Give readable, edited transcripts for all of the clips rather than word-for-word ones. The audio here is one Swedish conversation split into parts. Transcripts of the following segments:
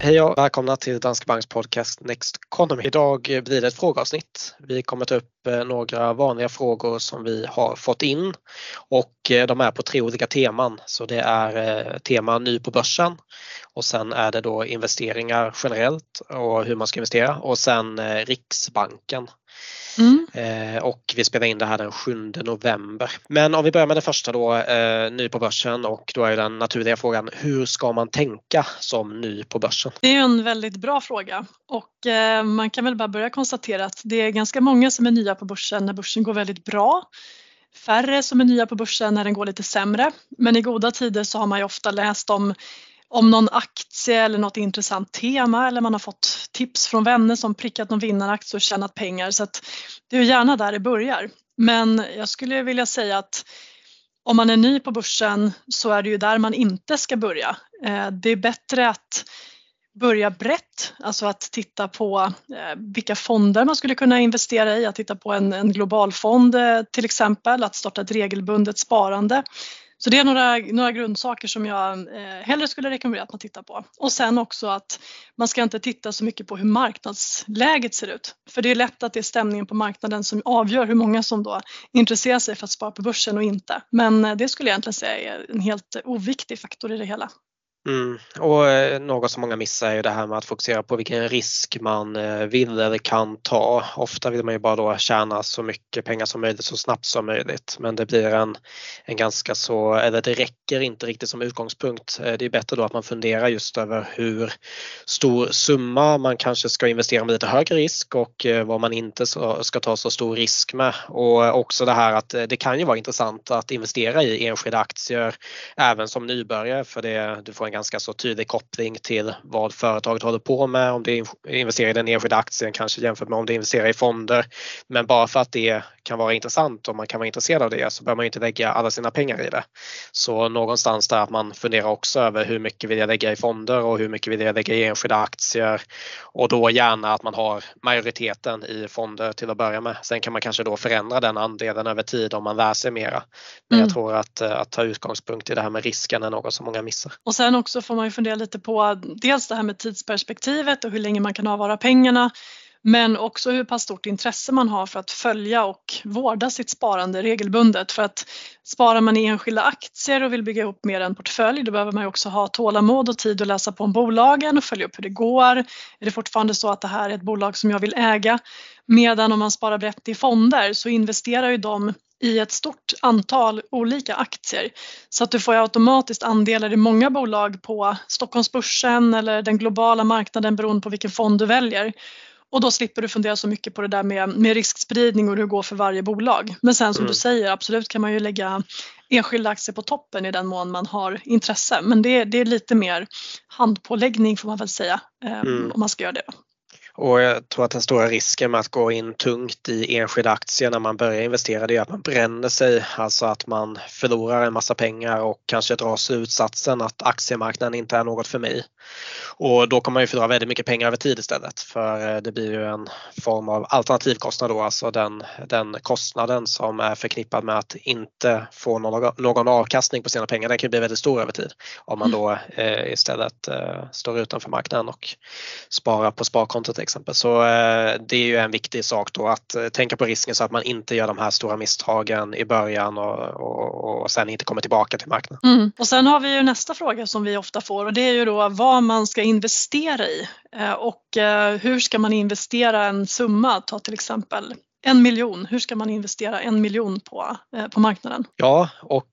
Hej och välkomna till Danske Banks podcast Next Economy. Idag blir det ett frågeavsnitt. Vi kommer ta upp några vanliga frågor som vi har fått in och de är på 3 olika teman. Så det är tema ny på börsen och sen är det då investeringar generellt och hur man ska investera och sen Riksbanken. Och vi spelar in det här den 7 november. Men om vi börjar med det första då, ny på börsen, och då är den naturliga frågan: hur ska man tänka som ny på börsen? Det är en väldigt bra fråga och man kan väl bara börja konstatera att det är ganska många som är nya på börsen när börsen går väldigt bra. Färre som är nya på börsen när den går lite sämre. Men i goda tider så har man ju ofta läst om någon aktie eller något intressant tema, eller man har fått tips från vänner som prickat någon vinnaraktie och tjänat pengar. Så att det är ju gärna där det börjar. Men jag skulle vilja säga att om man är ny på börsen så är det ju där man inte ska börja. Det är bättre att börja brett, alltså att titta på vilka fonder man skulle kunna investera i, att titta på en global fond till exempel, att starta ett regelbundet sparande. Så det är några grundsaker som jag hellre skulle rekommendera att man tittar på. Och sen också att man ska inte titta så mycket på hur marknadsläget ser ut. För det är lätt att det är stämningen på marknaden som avgör hur många som då intresserar sig för att spara på börsen och inte. Men det skulle jag egentligen säga är en helt oviktig faktor i det hela. Och något som många missar är ju det här med att fokusera på vilken risk man vill eller kan ta. Ofta vill man ju bara då tjäna så mycket pengar som möjligt så snabbt som möjligt, men det blir en ganska så, eller det räcker inte riktigt som utgångspunkt. Det är bättre då att man funderar just över hur stor summa man kanske ska investera med lite högre risk och vad man inte ska ta så stor risk med. Och också det här att det kan ju vara intressant att investera i enskilda aktier även som nybörjare, för du får en ganska så tydlig koppling till vad företaget håller på med, om det investerar i den enskilda aktien kanske jämfört med om det investerar i fonder. Men bara för att det kan vara intressant och man kan vara intresserad av det så bör man inte lägga alla sina pengar i det. Så någonstans där att man funderar också över hur mycket vill jag lägga i fonder och hur mycket vill jag lägga i enskilda aktier, och då gärna att man har majoriteten i fonder till att börja med. Sen kan man kanske då förändra den andelen över tid om man lär sig mera. Men jag tror att ta utgångspunkt i det här med risken är något som många missar. Och sen också får man ju fundera lite på dels det här med tidsperspektivet och hur länge man kan avvara pengarna, men också hur pass stort intresse man har för att följa och vårda sitt sparande regelbundet. För att sparar man i enskilda aktier och vill bygga ihop mer en portfölj, då behöver man ju också ha tålamod och tid att läsa på om bolagen och följa upp hur det går. Är det fortfarande så att det här är ett bolag som jag vill äga? Medan om man sparar brett i fonder så investerar ju de i ett stort antal olika aktier. Så att du får automatiskt andelar i många bolag på Stockholmsbörsen eller den globala marknaden beroende på vilken fond du väljer. Och då slipper du fundera så mycket på det där med riskspridning och hur det går för varje bolag. Men sen som du säger, absolut kan man ju lägga enskilda aktier på toppen i den mån man har intresse. Men det är lite mer handpåläggning får man väl säga om man ska göra det. Och jag tror att den stora risken med att gå in tungt i enskilda aktier när man börjar investera, det är att man bränner sig, alltså att man förlorar en massa pengar och kanske drar slutsatsen att aktiemarknaden inte är något för mig. Och då kommer man ju förlora väldigt mycket pengar över tid istället, för det blir ju en form av alternativkostnad då, alltså den kostnaden som är förknippad med att inte få någon avkastning på sina pengar, den kan bli väldigt stor över tid om man då istället står utanför marknaden och sparar på sparkontot till exempel. Så det är ju en viktig sak då att tänka på risken så att man inte gör de här stora misstagen i början och sen inte kommer tillbaka till marknaden. Och sen har vi ju nästa fråga som vi ofta får, och det är ju då vad man ska investera i och hur ska man investera en summa, ta till exempel 1 miljon. Hur ska man investera 1 miljon på marknaden? Ja, och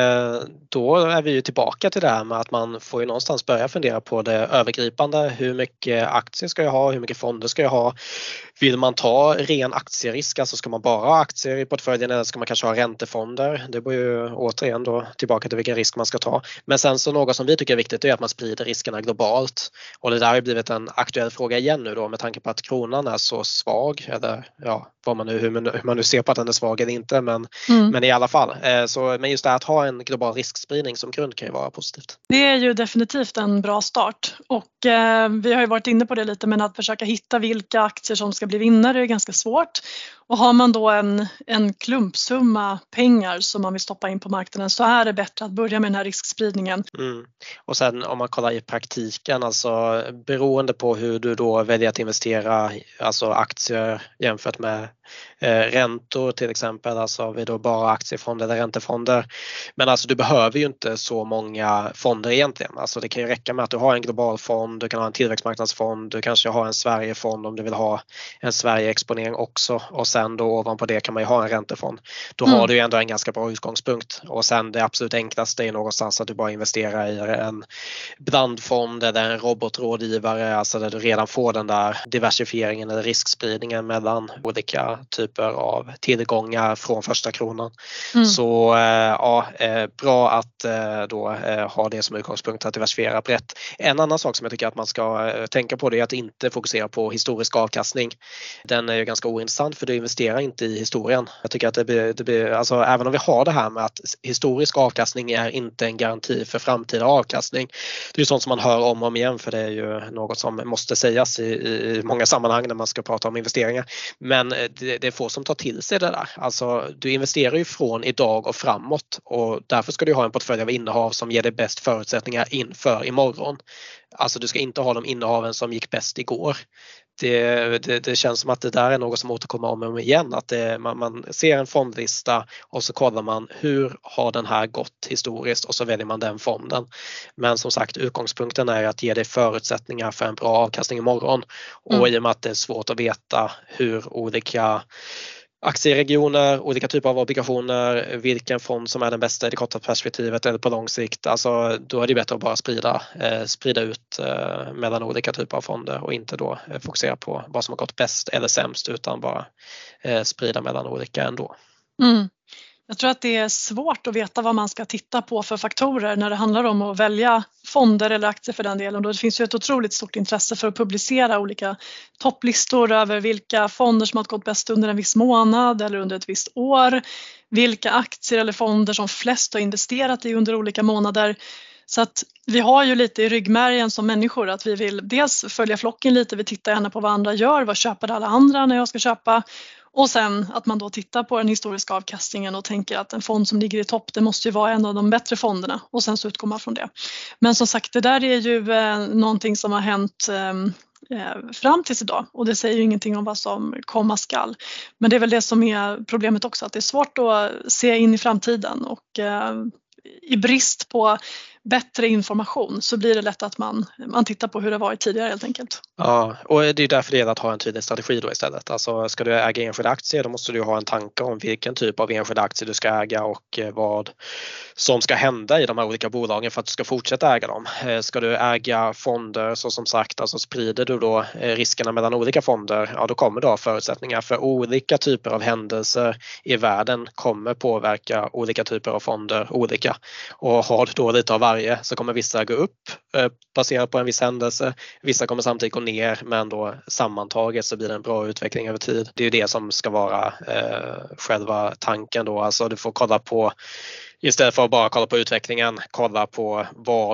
då är vi ju tillbaka till det här med att man får ju någonstans börja fundera på det övergripande. Hur mycket aktier ska jag ha? Hur mycket fonder ska jag ha? Vill man ta ren aktierisk, alltså ska man bara ha aktier i portföljen, eller ska man kanske ha räntefonder? Det går ju återigen då tillbaka till vilken risk man ska ta. Men sen så något som vi tycker är viktigt är att man sprider riskerna globalt. Och det där har ju blivit en aktuell fråga igen nu då med tanke på att kronan är så svag, eller ja, hur man nu ser på att den är svag eller inte, men i alla fall. Men just det här att ha en global riskspridning som grund kan ju vara positivt. Det är ju definitivt en bra start, och vi har ju varit inne på det lite, men att försöka hitta vilka aktier som ska bli vinnare är ganska svårt. Och har man då en klumpsumma pengar som man vill stoppa in på marknaden så är det bättre att börja med den här riskspridningen. Och sen om man kollar i praktiken, alltså beroende på hur du då väljer att investera, alltså aktier jämfört med räntor till exempel, alltså vi då bara aktiefonder eller räntefonder. Men alltså du behöver ju inte så många fonder egentligen. Alltså det kan ju räcka med att du har en global fond, du kan ha en tillväxtmarknadsfond, du kanske har en Sverigefond om du vill ha en Sverige-exponering också, och sen då ovanpå det kan man ju ha en räntefond. Då har du ju ändå en ganska bra utgångspunkt, och sen det absolut enklaste är någonstans att du bara investerar i en blandfond eller en robotrådgivare, alltså där du redan får den där diversifieringen eller riskspridningen mellan olika typer av tillgångar från första kronan. Så bra att då ha det som utgångspunkt att diversifiera brett. En annan sak som jag tycker att man ska tänka på det är att inte fokusera på historisk avkastning. Den är ju ganska ointressant för du investerar inte i historien. Jag tycker att det blir alltså, även om vi har det här med att historisk avkastning är inte en garanti för framtida avkastning. Det är ju sånt som man hör om och om igen, för det är ju något som måste sägas i många sammanhang när man ska prata om investeringar. Men det är få som tar till sig det där. Alltså du investerar ju från idag och framåt, och därför ska du ha en portfölj av innehav som ger dig bäst förutsättningar inför imorgon. Alltså du ska inte ha de innehaven som gick bäst igår. Det känns som att det där är något som återkommer om och om igen, att man ser en fondlista och så kollar man hur har den här gått historiskt och så väljer man den fonden. Men som sagt, utgångspunkten är att ge dig förutsättningar för en bra avkastning imorgon, och i och med att det är svårt att veta hur olika aktieregioner, olika typer av obligationer, vilken fond som är den bästa i det korta perspektivet eller på lång sikt. Alltså, då är det bättre att bara sprida ut mellan olika typer av fonder och inte då fokusera på vad som har gått bäst eller sämst, utan bara sprida mellan olika ändå. Jag tror att det är svårt att veta vad man ska titta på för faktorer när det handlar om att välja fonder eller aktier för den delen. Och det finns ju ett otroligt stort intresse för att publicera olika topplistor över vilka fonder som har gått bäst under en viss månad eller under ett visst år. Vilka aktier eller fonder som flest har investerat i under olika månader. Så att vi har ju lite i ryggmärgen som människor att vi vill dels följa flocken lite, vi tittar gärna på vad andra gör, vad köper alla andra när jag ska köpa. Och sen att man då tittar på den historiska avkastningen och tänker att en fond som ligger i topp, det måste ju vara en av de bättre fonderna, och sen så utgår man från det. Men som sagt, det där är ju någonting som har hänt fram tills idag, och det säger ju ingenting om vad som komma skall. Men det är väl det som är problemet också, att det är svårt att se in i framtiden, och i brist på bättre information så blir det lätt att man tittar på hur det varit tidigare helt enkelt. Ja, och det är därför det gäller att ha en tydlig strategi då istället. Alltså ska du äga enskilda aktier, då måste du ha en tanke om vilken typ av enskilda aktier du ska äga och vad som ska hända i de här olika bolagen för att du ska fortsätta äga dem. Ska du äga fonder, så som sagt, alltså sprider du då riskerna mellan olika fonder, ja då kommer du ha förutsättningar för olika typer av händelser i världen kommer påverka olika typer av fonder olika. Och har du då lite av varje så kommer vissa gå upp baserat på en viss händelse, vissa kommer samtidigt gå ner, men då sammantaget så blir det en bra utveckling över tid. Det är ju det som ska vara själva tanken då, alltså du får kolla på, istället för att bara kolla på utvecklingen, kolla på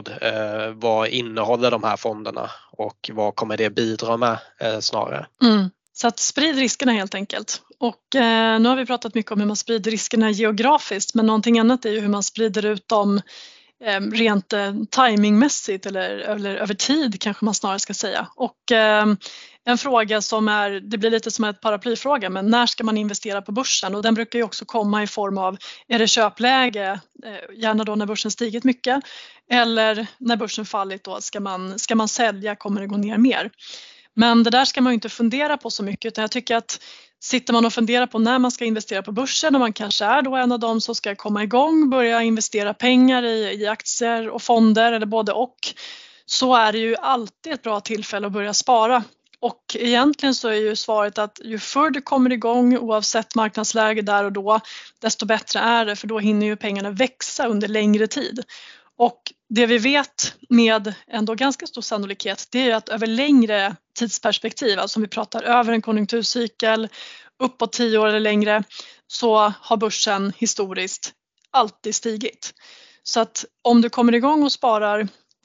vad innehåller de här fonderna och vad kommer det bidra med snarare. Så att sprid riskerna helt enkelt. Och nu har vi pratat mycket om hur man sprider riskerna geografiskt, men någonting annat är ju hur man sprider ut dem rent timingmässigt eller över tid kanske man snarare ska säga. Och en fråga som det blir lite som ett paraplyfråga, men när ska man investera på börsen? Och den brukar ju också komma i form av, är det köpläge, gärna då när börsen stigit mycket, eller när börsen fallit då ska man sälja, kommer det gå ner mer? Men det där ska man ju inte fundera på så mycket, utan jag tycker att sitter man och funderar på när man ska investera på börsen och man kanske är då en av dem som ska komma igång, börja investera pengar i aktier och fonder eller både och, så är det ju alltid ett bra tillfälle att börja spara. Och egentligen så är ju svaret att ju förr du kommer igång oavsett marknadsläge där och då, desto bättre är det, för då hinner ju pengarna växa under längre tid. Och det vi vet med ändå ganska stor sannolikhet, det är ju att över längre tidsperspektiv, alltså om vi pratar över en konjunkturcykel, uppåt 10 år eller längre, så har börsen historiskt alltid stigit. Så att om du kommer igång och sparar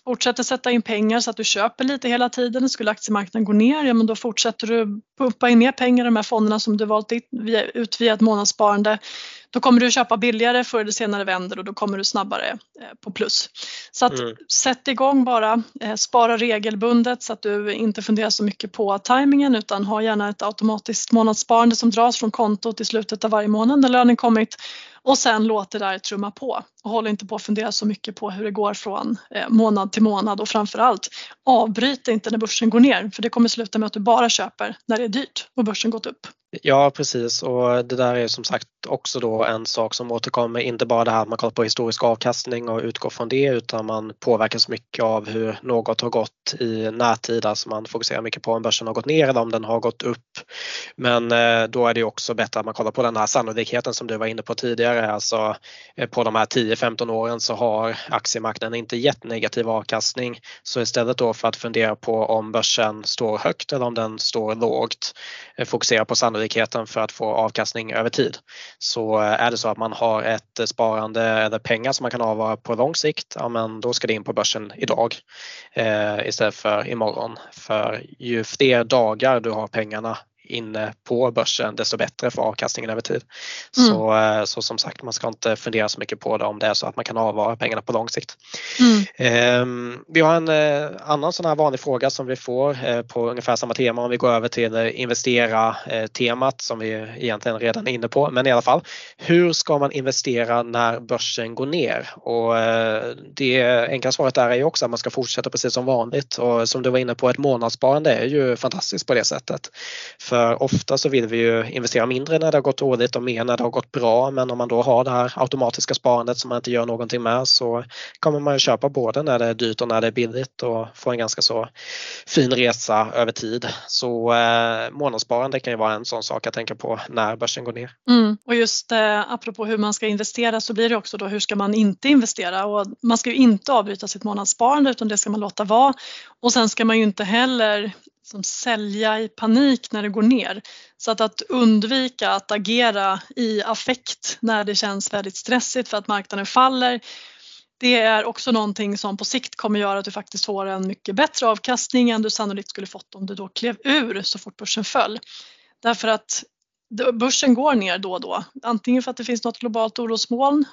fortsätter sätta in pengar så att du köper lite hela tiden. Skulle aktiemarknaden gå ner, ja men då fortsätter du pumpa in mer pengar i de här fonderna som du valt ut via ett månadssparande. Då kommer du köpa billigare, förr eller senare vänder och då kommer du snabbare på plus. Så att sätt igång bara, spara regelbundet så att du inte funderar så mycket på tajmingen, utan ha gärna ett automatiskt månadssparande som dras från kontot i slutet av varje månad när lönen kommit. Och sen låt det där trumma på och håll inte på att fundera så mycket på hur det går från månad till månad, och framförallt avbryt inte när börsen går ner, för det kommer sluta med att du bara köper när det är dyrt och börsen gått upp. Ja, precis, och det där är som sagt också då en sak som återkommer, inte bara det här att man kollar på historisk avkastning och utgår från det, utan man påverkas mycket av hur något har gått i närtid, alltså man fokuserar mycket på om börsen har gått ner eller om den har gått upp. Men då är det också bättre att man kollar på den här sannolikheten som du var inne på tidigare, alltså på de här 10-15 åren så har aktiemarknaden inte gett negativ avkastning, så istället då för att fundera på om börsen står högt eller om den står lågt, fokusera på sannolikheten för att få avkastning över tid. Så är det så att man har ett sparande eller pengar som man kan avvara på lång sikt, ja men då ska det in på börsen idag istället för imorgon. För ju fler dagar du har pengarna inne på börsen, desto bättre för avkastningen över tid. Så som sagt, man ska inte fundera så mycket på det om det är så att man kan avvara pengarna på lång sikt. Vi har en annan sån här vanlig fråga som vi får på ungefär samma tema om vi går över till investera-temat som vi egentligen redan är inne på. Men i alla fall, hur ska man investera när börsen går ner? Och det enkla svaret där är ju också att man ska fortsätta precis som vanligt. Och som du var inne på, ett månadssparande är ju fantastiskt på det sättet. För ofta så vill vi ju investera mindre när det har gått dåligt och mer när det har gått bra, men om man då har det här automatiska sparandet som man inte gör någonting med, så kommer man ju köpa både när det är dyrt och när det är billigt och få en ganska så fin resa över tid. Så månadssparande kan ju vara en sån sak att tänka på när börsen går ner. Och just apropå hur man ska investera, så blir det också då hur ska man inte investera, och man ska ju inte avbryta sitt månadssparande, utan det ska man låta vara, och sen ska man ju inte heller sälja i panik när det går ner. Så att undvika att agera i affekt när det känns väldigt stressigt för att marknaden faller, det är också någonting som på sikt kommer göra att du faktiskt får en mycket bättre avkastning än du sannolikt skulle fått om du då klev ur så fort börsen föll. Därför att börsen går ner då och då, antingen för att det finns något globalt orosmoln.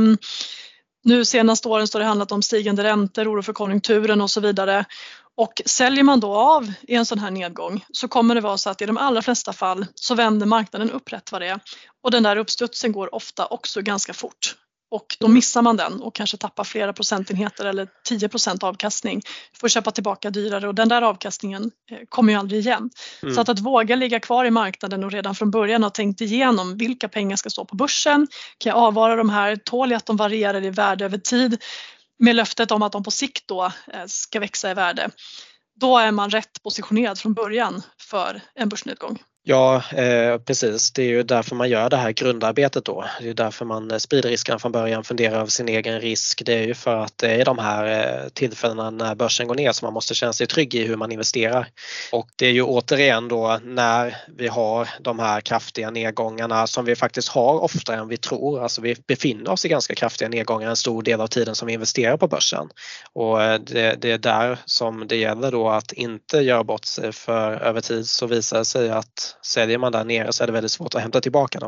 Nu senaste åren så har det handlat om stigande räntor, oro för konjunkturen och så vidare. Och säljer man då av i en sån här nedgång, så kommer det vara så att i de allra flesta fall så vänder marknaden upp rätt vad det är. Och den där uppstudsen går ofta också ganska fort. Och då missar man den och kanske tappar flera procentenheter eller 10% avkastning. Får köpa tillbaka dyrare, och den där avkastningen kommer ju aldrig igen. Så att våga ligga kvar i marknaden och redan från början ha tänkt igenom vilka pengar ska stå på börsen. Kan jag avvara de här? Tål jag att de varierar i värde över tid? Med löftet om att de på sikt då ska växa i värde. Då är man rätt positionerad från början för en börsnedgång. Ja, precis. Det är ju därför man gör det här grundarbetet då. Det är därför man sprider riskerna från början, funderar över sin egen risk. Det är ju för att det är de här tillfällena när börsen går ner som man måste känna sig trygg i hur man investerar. Och det är ju återigen då när vi har de här kraftiga nedgångarna som vi faktiskt har oftare än vi tror. Alltså vi befinner oss i ganska kraftiga nedgångar en stor del av tiden som vi investerar på börsen. Och det är där som det gäller då att inte göra bort sig, för över tid så visar det sig att säljer man där nere så är det väldigt svårt att hämta tillbaka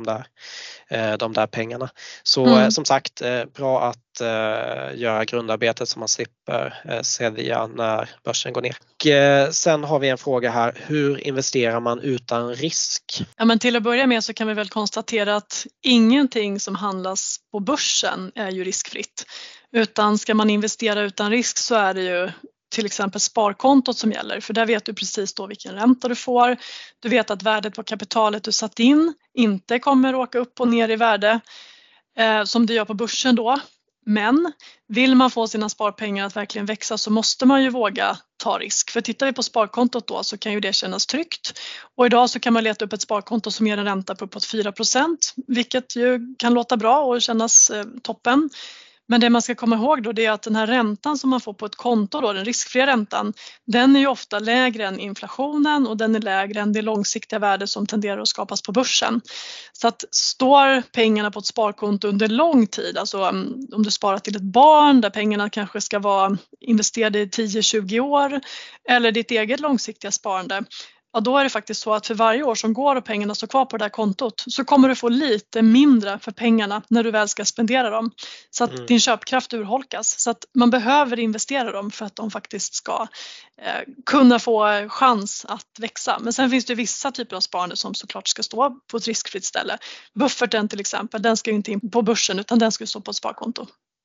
de där pengarna. Så som sagt, bra att göra grundarbetet så man slipper sälja när börsen går ner. Och sen har vi en fråga här, hur investerar man utan risk? Ja, men till att börja med så kan vi väl konstatera att ingenting som handlas på börsen är ju riskfritt. Utan ska man investera utan risk så är det ju till exempel sparkontot som gäller, för där vet du precis då vilken ränta du får. Du vet att värdet på kapitalet du satt in inte kommer åka upp och ner i värde som det gör på börsen då. Men vill man få sina sparpengar att verkligen växa så måste man ju våga ta risk. För tittar vi på sparkontot då så kan ju det kännas tryggt. Och idag så kan man leta upp ett sparkonto som ger en ränta på uppåt 4%, vilket ju kan låta bra och kännas toppen. Men det man ska komma ihåg då, det är att den här räntan som man får på ett konto då, den riskfria räntan, den är ju ofta lägre än inflationen och den är lägre än det långsiktiga värde som tenderar att skapas på börsen. Så att står pengarna på ett sparkonto under lång tid, alltså om du sparar till ett barn där pengarna kanske ska vara investerade i 10-20 år eller ditt eget långsiktiga sparande, ja, då är det faktiskt så att för varje år som går och pengarna står kvar på det här kontot så kommer du få lite mindre för pengarna när du väl ska spendera dem. Så att din köpkraft urholkas. Så att man behöver investera dem för att de faktiskt ska kunna få chans att växa. Men sen finns det vissa typer av sparande som såklart ska stå på ett riskfritt ställe. Bufferten till exempel, den ska ju inte in på börsen utan den ska stå på ett sparkonto.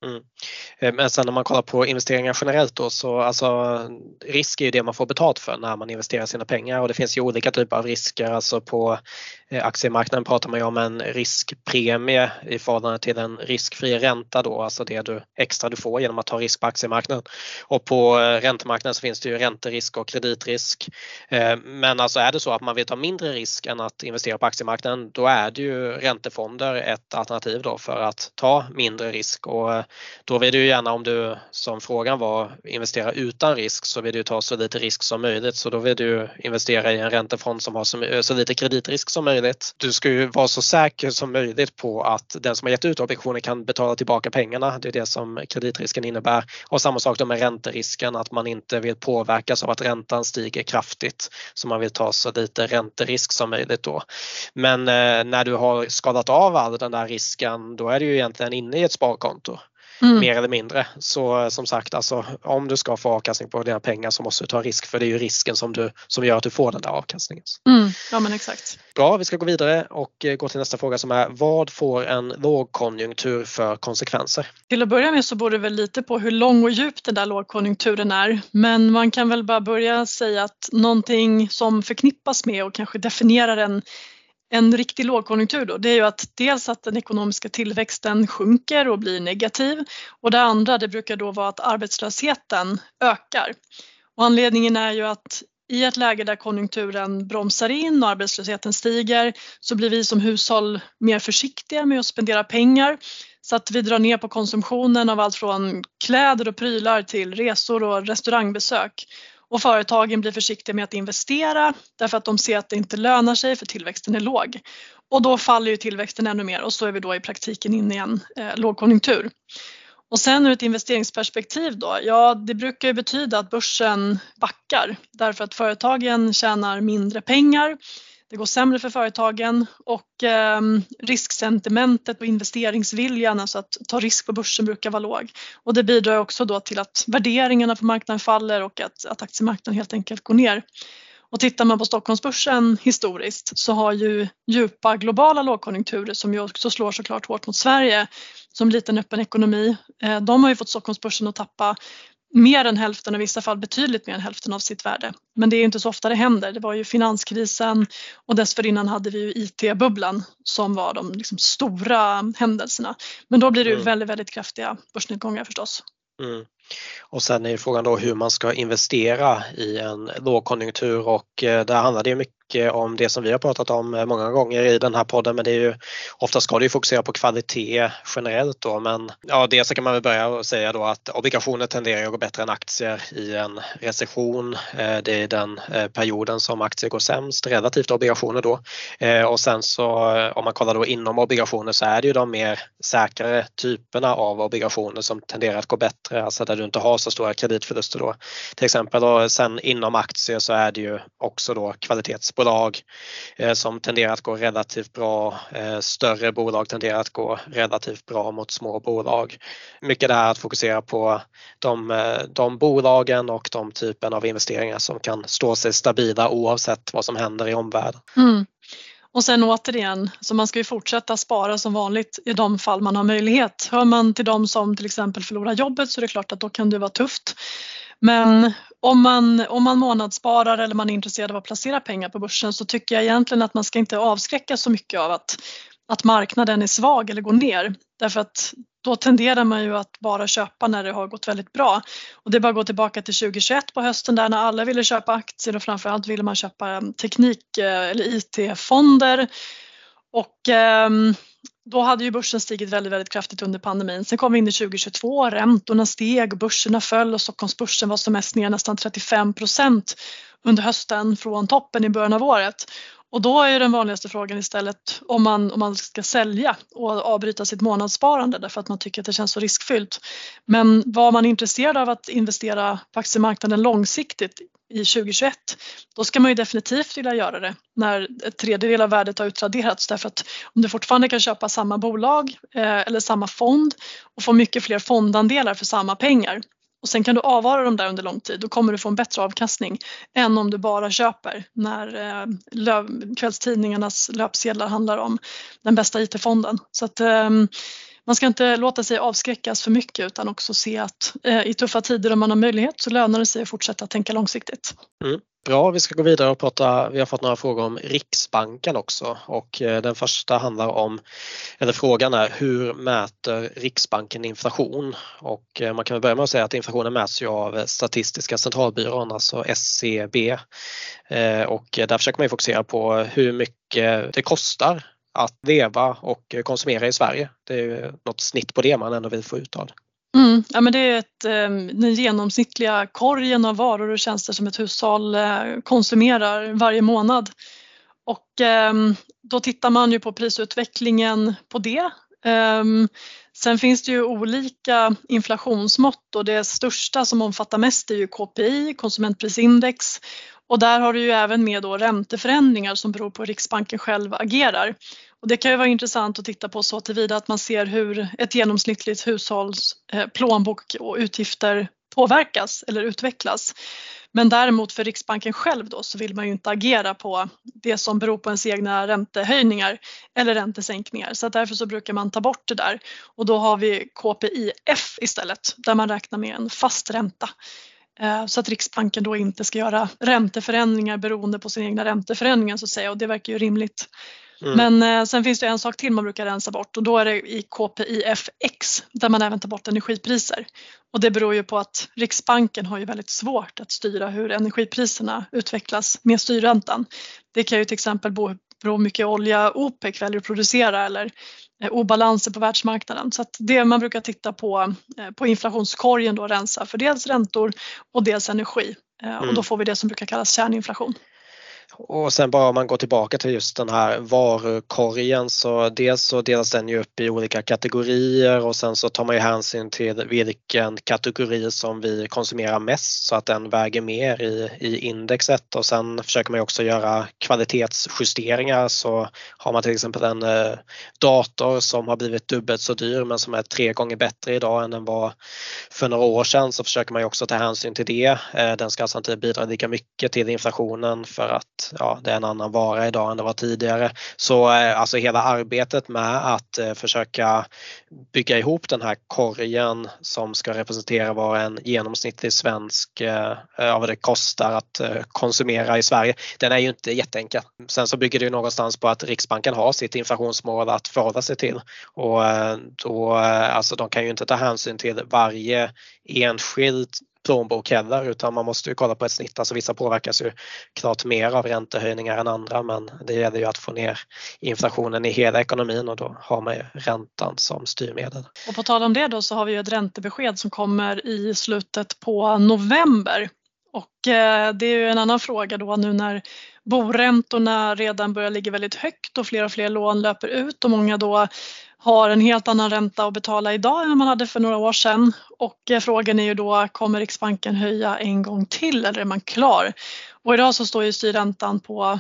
Men sen när man kollar på investeringar generellt då, så alltså risk är ju det man får betalt för när man investerar sina pengar, och det finns ju olika typer av risker. Alltså på aktiemarknaden pratar man ju om en riskpremie i förhållande till en riskfri ränta då, alltså det extra du får genom att ta risk på aktiemarknaden. Och på räntemarknaden så finns det ju ränterisk och kreditrisk. Men alltså är det så att man vill ta mindre risk än att investera på aktiemarknaden, då är det ju räntefonder ett alternativ då för att ta mindre risk. Och då vill du gärna, om du som frågan var investera utan risk, så vill du ta så lite risk som möjligt. Så då vill du investera i en räntefond som har så lite kreditrisk som möjligt. Du ska ju vara så säker som möjligt på att den som har gett ut obligationer kan betala tillbaka pengarna. Det är det som kreditrisken innebär. Och samma sak då med ränterisken, att man inte vill påverkas av att räntan stiger kraftigt. Så man vill ta så lite ränterisk som möjligt då. Men när du har skadat av all den där risken, då är du ju egentligen inne i ett sparkonto. Mer eller mindre. Så som sagt, alltså, om du ska få avkastning på dina pengar så måste du ta risk, för det är ju risken som gör att du får den där avkastningen. Ja, men exakt. Bra, vi ska gå vidare och gå till nästa fråga som är: vad får en lågkonjunktur för konsekvenser? Till att börja med så beror det väl lite på hur lång och djup den där lågkonjunkturen är. Men man kan väl bara börja säga att någonting som förknippas med och kanske definierar en riktig lågkonjunktur då, det är ju att dels att den ekonomiska tillväxten sjunker och blir negativ, och det andra, det brukar då vara att arbetslösheten ökar. Och anledningen är ju att i ett läge där konjunkturen bromsar in och arbetslösheten stiger, så blir vi som hushåll mer försiktiga med att spendera pengar, så att vi drar ner på konsumtionen av allt från kläder och prylar till resor och restaurangbesök. Och företagen blir försiktiga med att investera därför att de ser att det inte lönar sig för tillväxten är låg. Och då faller ju tillväxten ännu mer och så är vi då i praktiken inne i en lågkonjunktur. Och sen ur ett investeringsperspektiv då, ja, det brukar ju betyda att börsen backar därför att företagen tjänar mindre pengar. Det går sämre för företagen och risksentimentet och investeringsviljan, alltså att ta risk på börsen, brukar vara låg. Och det bidrar också då till att värderingarna på marknaden faller och att aktiemarknaden helt enkelt går ner. Och tittar man på Stockholmsbörsen historiskt så har ju djupa globala lågkonjunkturer, som ju också slår såklart hårt mot Sverige som liten öppen ekonomi, de har ju fått Stockholmsbörsen att tappa mer än hälften och i vissa fall betydligt mer än hälften av sitt värde. Men det är inte så ofta det händer. Det var ju finanskrisen och dessförinnan hade vi ju IT-bubblan som var de liksom stora händelserna. Men då blir det ju väldigt, väldigt kraftiga börsnedgångar förstås. Och sen är ju frågan då hur man ska investera i en lågkonjunktur, och där handlar det ju mycket om det som vi har pratat om många gånger i den här podden, men det är ju ofta ska det ju fokusera på kvalitet generellt då, men ja, det så kan man väl börja och säga då att obligationer tenderar att gå bättre än aktier i en recession. Det är den perioden som aktier går sämst relativt obligationer då, och sen så om man kollar då inom obligationer så är det ju de mer säkrare typerna av obligationer som tenderar att gå bättre, alltså där du inte har så stora kreditförluster då till exempel. Och sen inom aktier så är det ju också då kvalitetsbolag som tenderar att gå relativt bra. Större bolag tenderar att gå relativt bra mot små bolag. Mycket det här att fokusera på de bolagen och de typen av investeringar som kan stå sig stabila oavsett vad som händer i omvärlden. Och sen återigen, så man ska ju fortsätta spara som vanligt i de fall man har möjlighet. Hör man till de som till exempel förlorar jobbet så är det klart att då kan det vara tufft. Men om man månadssparar eller man är intresserad av att placera pengar på börsen, så tycker jag egentligen att man ska inte avskräckas så mycket av att marknaden är svag eller går ner. Därför att då tenderar man ju att bara köpa när det har gått väldigt bra. Och det är bara att gå tillbaka till 2021 på hösten där när alla ville köpa aktier och framförallt ville man köpa teknik eller IT-fonder. Och Då hade ju börsen stigit väldigt, väldigt kraftigt under pandemin. Sen kom vi in i 2022, räntorna steg, börserna föll och Stockholmsbörsen var som mest ner nästan 35% under hösten från toppen i början av året. Och då är den vanligaste frågan istället om man ska sälja och avbryta sitt månadssparande därför att man tycker att det känns så riskfyllt. Men var man intresserad av att investera på aktiemarknaden långsiktigt i 2021, då ska man ju definitivt vilja göra det när ett tredjedel av värdet har utraderats, därför att om du fortfarande kan köpa samma bolag eller samma fond och få mycket fler fondandelar för samma pengar och sen kan du avvara dem där under lång tid, då kommer du få en bättre avkastning än om du bara köper när kvällstidningarnas löpsedlar handlar om den bästa IT-fonden. Så att man ska inte låta sig avskräckas för mycket utan också se att i tuffa tider om man har möjlighet så lönar det sig att fortsätta tänka långsiktigt. Bra, vi ska gå vidare och prata. Vi har fått några frågor om Riksbanken också och den första handlar om, eller frågan är, hur mäter Riksbanken inflation? Och man kan väl börja med att säga att inflationen mäts ju av Statistiska centralbyrån, alltså SCB, och där försöker man ju fokusera på hur mycket det kostar att leva och konsumera i Sverige. Det är ju något snitt på det man ändå vill få ut av det. Ja, men det är den genomsnittliga korgen av varor och tjänster som ett hushåll konsumerar varje månad. Och då tittar man ju på prisutvecklingen på det. Sen finns det ju olika inflationsmått och det största som omfattar mest är ju KPI, konsumentprisindex. Och där har du ju även med då ränteförändringar som beror på hur Riksbanken själv agerar. Och det kan ju vara intressant att titta på så tillvida att man ser hur ett genomsnittligt hushålls plånbok och utgifter påverkas eller utvecklas. Men däremot för Riksbanken själv då så vill man ju inte agera på det som beror på ens egna räntehöjningar eller räntesänkningar. Så därför så brukar man ta bort det där. Och då har vi KPIF istället där man räknar med en fast ränta. Så att Riksbanken då inte ska göra ränteförändringar beroende på sina egna ränteförändringar så att säga, och det verkar ju rimligt. Men sen finns det en sak till man brukar rensa bort och då är det i KPIFX där man även tar bort energipriser. Och det beror ju på att Riksbanken har ju väldigt svårt att styra hur energipriserna utvecklas med styrräntan. Det kan ju till exempel bero hur mycket olja OPEC väljer att producera eller obalanser på världsmarknaden. Så att det man brukar titta på inflationskorgen då rensa för dels räntor och dels energi. Och då får vi det som brukar kallas kärninflation. Och sen bara om man går tillbaka till just den här varukorgen så dels så delas den ju upp i olika kategorier och sen så tar man ju hänsyn till vilken kategori som vi konsumerar mest så att den väger mer i indexet och sen försöker man ju också göra kvalitetsjusteringar. Så har man till exempel en dator som har blivit dubbelt så dyr men som är 3 gånger bättre idag än den var för några år sedan så försöker man ju också ta hänsyn till det. Den ska alltså inte bidra lika mycket till inflationen för att det är en annan vara idag än det var tidigare. Så alltså hela arbetet med att försöka bygga ihop den här korgen som ska representera vad en genomsnittlig svensk vad det kostar att konsumera i Sverige, den är ju inte jätteenkel. Sen så bygger det ju någonstans på att Riksbanken har sitt inflationsmål att förhålla sig till och då, alltså de kan ju inte ta hänsyn till varje enskild plånbok heller utan man måste ju kolla på ett snitt. Alltså vissa påverkas ju klart mer av räntehöjningar än andra men det gäller ju att få ner inflationen i hela ekonomin och då har man ju räntan som styrmedel. Och på tal om det då så har vi ju ett räntebesked som kommer i slutet på november och det är ju en annan fråga då nu när boräntorna redan börjar ligga väldigt högt och fler lån löper ut och många då har en helt annan ränta att betala idag än man hade för några år sedan. Och frågan är ju då, kommer Riksbanken höja en gång till eller är man klar? Och idag så står ju styrräntan på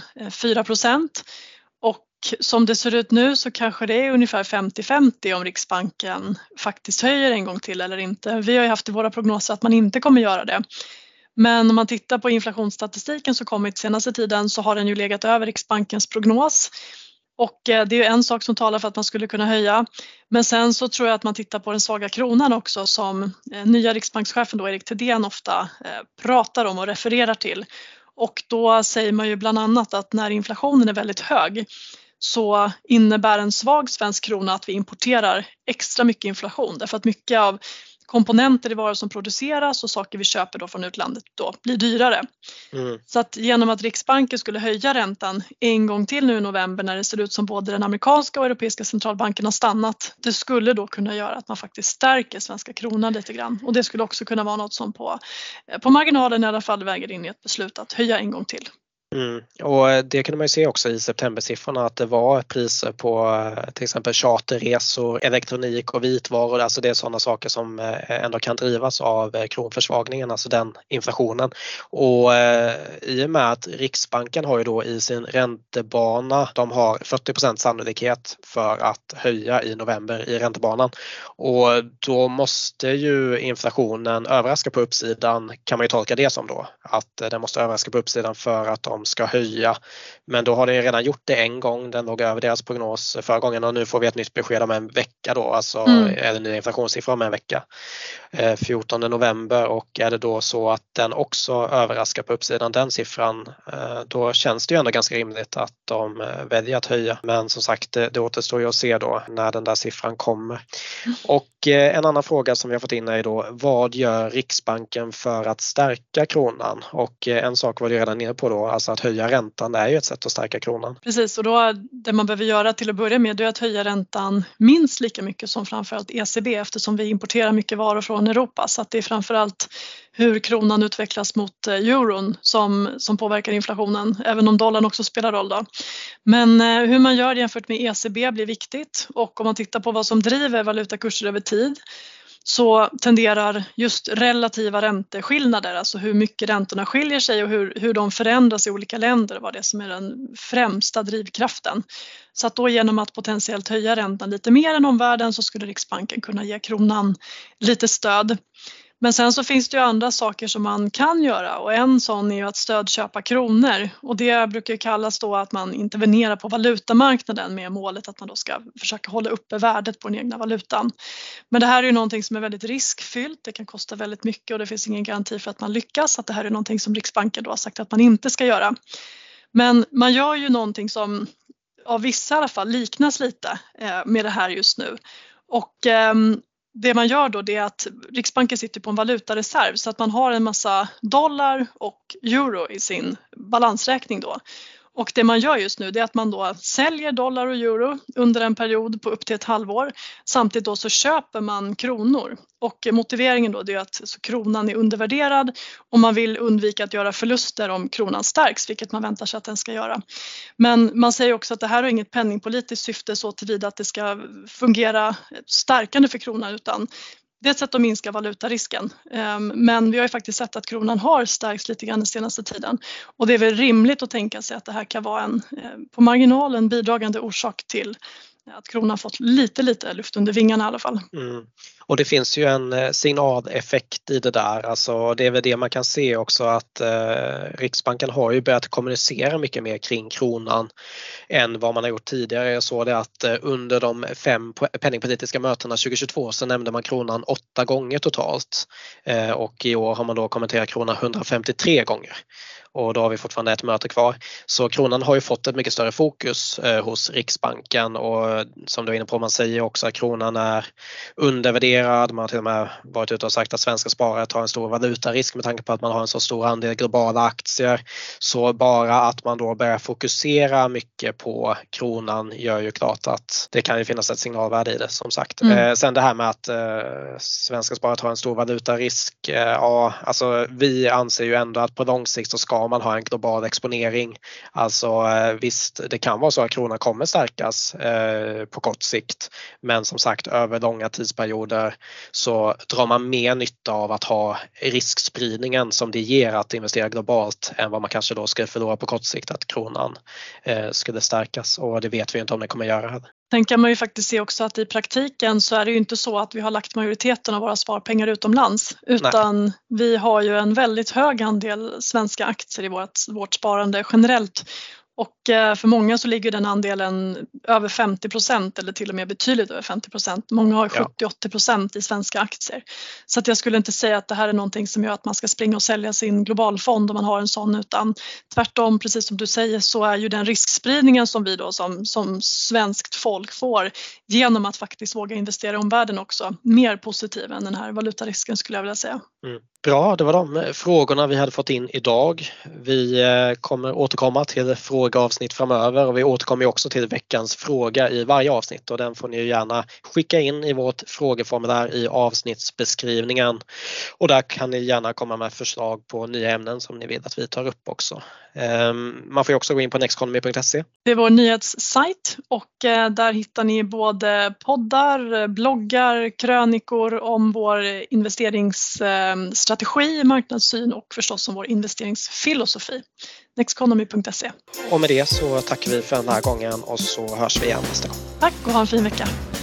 4% och som det ser ut nu så kanske det är ungefär 50-50 om Riksbanken faktiskt höjer en gång till eller inte. Vi har ju haft i våra prognoser att man inte kommer göra det. Men om man tittar på inflationsstatistiken som kommit senaste tiden så har den ju legat över Riksbankens prognos. Och det är ju en sak som talar för att man skulle kunna höja. Men sen så tror jag att man tittar på den svaga kronan också som nya riksbankschefen då Erik Thedéen ofta pratar om och refererar till. Och då säger man ju bland annat att när inflationen är väldigt hög så innebär en svag svensk krona att vi importerar extra mycket inflation. Därför att mycket av komponenter i varor som produceras och saker vi köper då från utlandet då blir dyrare. Så att genom att Riksbanken skulle höja räntan en gång till nu i november när det ser ut som både den amerikanska och europeiska centralbanken har stannat, det skulle då kunna göra att man faktiskt stärker svenska kronan lite grann. Och det skulle också kunna vara något som på marginalen i alla fall väger in i ett beslut att höja en gång till. Och det kunde man ju se också i septembersiffrorna att det var priser på till exempel charterresor, elektronik och vitvaror. Alltså det är sådana saker som ändå kan drivas av kronförsvagningen, alltså den inflationen. Och i och med att Riksbanken har ju då i sin räntebana, de har 40% sannolikhet för att höja i november i räntebanan. Och då måste ju inflationen överraska på uppsidan, kan man ju tolka det som då. Att den måste överraska på uppsidan för att de ska höja. Men då har det redan gjort det en gång. Den låg över deras prognos förra gången och nu får vi ett nytt besked om en vecka då. Alltså är det nya inflationssiffror om en vecka. 14 november, och är det då så att den också överraskar på uppsidan, den siffran, då känns det ju ändå ganska rimligt att de väljer att höja. Men som sagt, det återstår ju att se då när den där siffran kommer. Och en annan fråga som vi har fått in är då, vad gör Riksbanken för att stärka kronan? Och en sak var det redan nere på då, alltså att höja räntan är ju ett sätt att stärka kronan. Precis, och då det man behöver göra till att börja med är att höja räntan minst lika mycket som framförallt ECB, eftersom vi importerar mycket varor från Europa. Så att det är framförallt hur kronan utvecklas mot euron som påverkar inflationen, även om dollarn också spelar roll då. Men hur man gör jämfört med ECB blir viktigt, och om man tittar på vad som driver valutakurser över tid så tenderar just relativa ränteskillnader, alltså hur mycket räntorna skiljer sig och hur de förändras i olika länder, vad det är som är den främsta drivkraften. Så att då genom att potentiellt höja räntan lite mer än omvärlden så skulle Riksbanken kunna ge kronan lite stöd. Men sen så finns det ju andra saker som man kan göra, och en sån är ju att stödköpa kronor, och det brukar kallas då att man intervenerar på valutamarknaden med målet att man då ska försöka hålla uppe värdet på den egna valutan. Men det här är ju någonting som är väldigt riskfyllt, det kan kosta väldigt mycket och det finns ingen garanti för att man lyckas, att det här är någonting som Riksbanken då har sagt att man inte ska göra. Men man gör ju någonting som av vissa i alla fall liknas lite med det här just nu, och det man gör då det är att Riksbanken sitter på en valutareserv, så att man har en massa dollar och euro i sin balansräkning då. Och det man gör just nu det är att man då säljer dollar och euro under en period på upp till ett halvår. Samtidigt då så köper man kronor. Och motiveringen då det är att så kronan är undervärderad och man vill undvika att göra förluster om kronan stärks, vilket man väntar sig att den ska göra. Men man säger också att det här har inget penningpolitiskt syfte så tillvida att det ska fungera stärkande för kronan, utan det är ett sätt att minska valutarisken. Men vi har ju faktiskt sett att kronan har stärkts lite grann den senaste tiden. Och det är väl rimligt att tänka sig att det här kan vara en på marginalen bidragande orsak till att kronan fått lite luft under vingarna i alla fall. Och det finns ju en signaleffekt i det där. Alltså det är väl det man kan se också, att Riksbanken har ju börjat kommunicera mycket mer kring kronan än vad man har gjort tidigare. Jag såg det att under de 5 penningpolitiska mötena 2022 så nämnde man kronan 8 gånger totalt. Och i år har man då kommenterat kronan 153 gånger. Och då har vi fortfarande ett möte kvar. Så kronan har ju fått ett mycket större fokus hos Riksbanken, och som du är inne på, man säger också att kronan är undervärderad. Man har till och med varit ute och sagt att svenska sparare tar en stor valutarisk med tanke på att man har en så stor andel globala aktier. Så bara att man då börjar fokusera mycket på kronan gör ju klart att det kan ju finnas ett signalvärde i det, som sagt. Sen det här med att svenska sparare tar en stor valutarisk, ja, alltså vi anser ju ändå att på lång sikt så ska man ha en global exponering. Alltså visst, det kan vara så att kronan kommer stärkas på kort sikt, men som sagt över långa tidsperioder så drar man mer nytta av att ha riskspridningen som det ger att investera globalt än vad man kanske då skulle förlora på kort sikt att kronan skulle stärkas, och det vet vi inte om det kommer göra. Sen kan man ju faktiskt se också att i praktiken så är det ju inte så att vi har lagt majoriteten av våra sparpengar utomlands, utan vi har ju en väldigt hög andel svenska aktier i vårt sparande generellt. Och för många så ligger den andelen över 50% eller till och med betydligt över 50%. Många har 70-80% i svenska aktier. Så att jag skulle inte säga att det här är någonting som gör att man ska springa och sälja sin globalfond om man har en sån, utan tvärtom, precis som du säger, så är ju den riskspridningen som vi då som svenskt folk får genom att faktiskt våga investera i omvärlden också mer positiv än den här valutarisken, skulle jag vilja säga. Bra, det var de frågorna vi hade fått in idag. Vi kommer återkomma till frågeavsnitt framöver och vi återkommer också till veckans fråga i varje avsnitt och den får ni gärna skicka in i vårt frågeformulär i avsnittsbeskrivningen. Och där kan ni gärna komma med förslag på nya ämnen som ni vill att vi tar upp också. Man får ju också gå in på nexteconomy.se. Det är vår nyhetssajt och där hittar ni både poddar, bloggar, krönikor om vår investeringsstrategi, marknadssyn och förstås om vår investeringsfilosofi. nexteconomy.se. Och med det så tackar vi för den här gången och så hörs vi igen nästa gång. Tack och ha en fin vecka.